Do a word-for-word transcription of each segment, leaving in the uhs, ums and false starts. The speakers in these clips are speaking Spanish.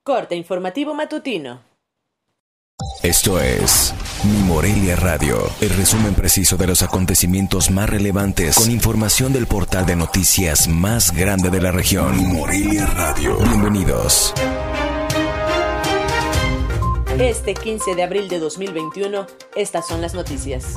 Corte informativo matutino. Esto es Mi Morelia Radio, el resumen preciso de los acontecimientos más relevantes con información del portal de noticias más grande de la región. Mi Morelia Radio. Bienvenidos. Este quince de abril de dos mil veintiuno, estas son las noticias.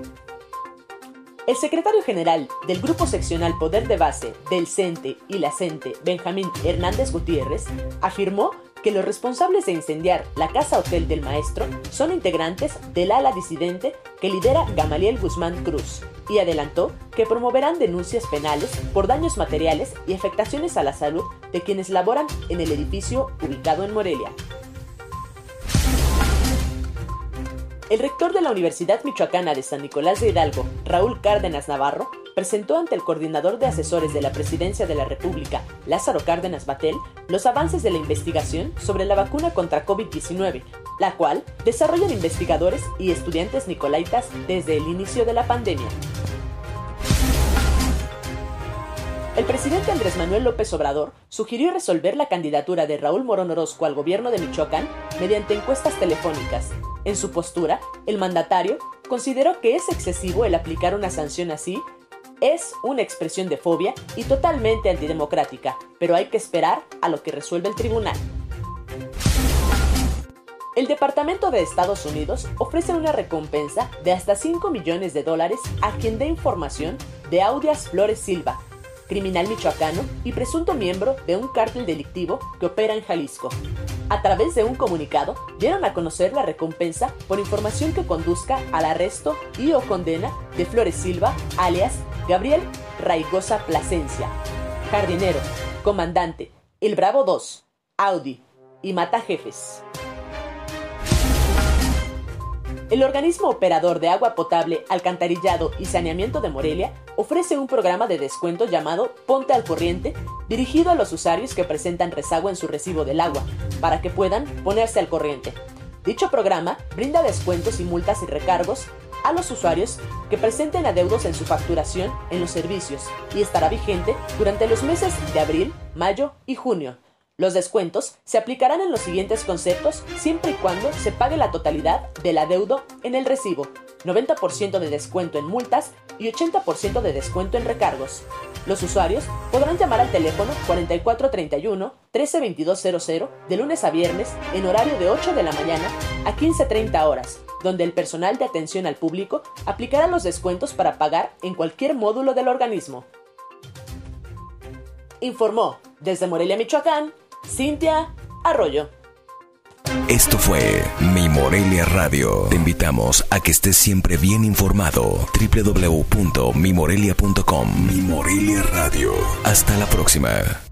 El secretario general del Grupo Seccional Poder de Base del CENTE y la CENTE, Benjamín Hernández Gutiérrez, afirmó que los responsables de incendiar la Casa Hotel del Maestro son integrantes del ala disidente que lidera Gamaliel Guzmán Cruz, y adelantó que promoverán denuncias penales por daños materiales y afectaciones a la salud de quienes laboran en el edificio ubicado en Morelia. El rector de la Universidad Michoacana de San Nicolás de Hidalgo, Raúl Cárdenas Navarro, presentó ante el coordinador de asesores de la Presidencia de la República, Lázaro Cárdenas Batel, los avances de la investigación sobre la vacuna contra COVID diecinueve, la cual desarrollan investigadores y estudiantes nicolaitas desde el inicio de la pandemia. El presidente Andrés Manuel López Obrador sugirió resolver la candidatura de Raúl Morón Orozco al gobierno de Michoacán mediante encuestas telefónicas. En su postura, el mandatario consideró que es excesivo el aplicar una sanción así, es una expresión de fobia y totalmente antidemocrática, pero hay que esperar a lo que resuelve el tribunal. El Departamento de Estados Unidos ofrece una recompensa de hasta cinco millones de dólares a quien dé información de Audias Flores Silva, criminal michoacano y presunto miembro de un cártel delictivo que opera en Jalisco. A través de un comunicado, dieron a conocer la recompensa por información que conduzca al arresto y o condena de Flores Silva, alias Gabriel Raigosa Plasencia, jardinero, comandante, El Bravo dos, Audi y Mata Jefes. El organismo operador de agua potable, alcantarillado y saneamiento de Morelia ofrece un programa de descuento llamado Ponte al Corriente, dirigido a los usuarios que presentan rezago en su recibo del agua, para que puedan ponerse al corriente. Dicho programa brinda descuentos y multas y recargos a los usuarios que presenten adeudos en su facturación en los servicios y estará vigente durante los meses de abril, mayo y junio. Los descuentos se aplicarán en los siguientes conceptos siempre y cuando se pague la totalidad del adeudo en el recibo, noventa por ciento de descuento en multas y ochenta por ciento de descuento en recargos. Los usuarios podrán llamar al teléfono cuarenta y cuatro treinta y uno, trece veintidós cero cero de lunes a viernes en horario de ocho de la mañana a quince treinta horas, donde el personal de atención al público aplicará los descuentos para pagar en cualquier módulo del organismo. Informó desde Morelia, Michoacán, Cintia Arroyo. Esto fue Mi Morelia Radio. Te invitamos a que estés siempre bien informado. doble u doble u doble u punto mi morelia punto com. Mi Morelia Radio. Hasta la próxima.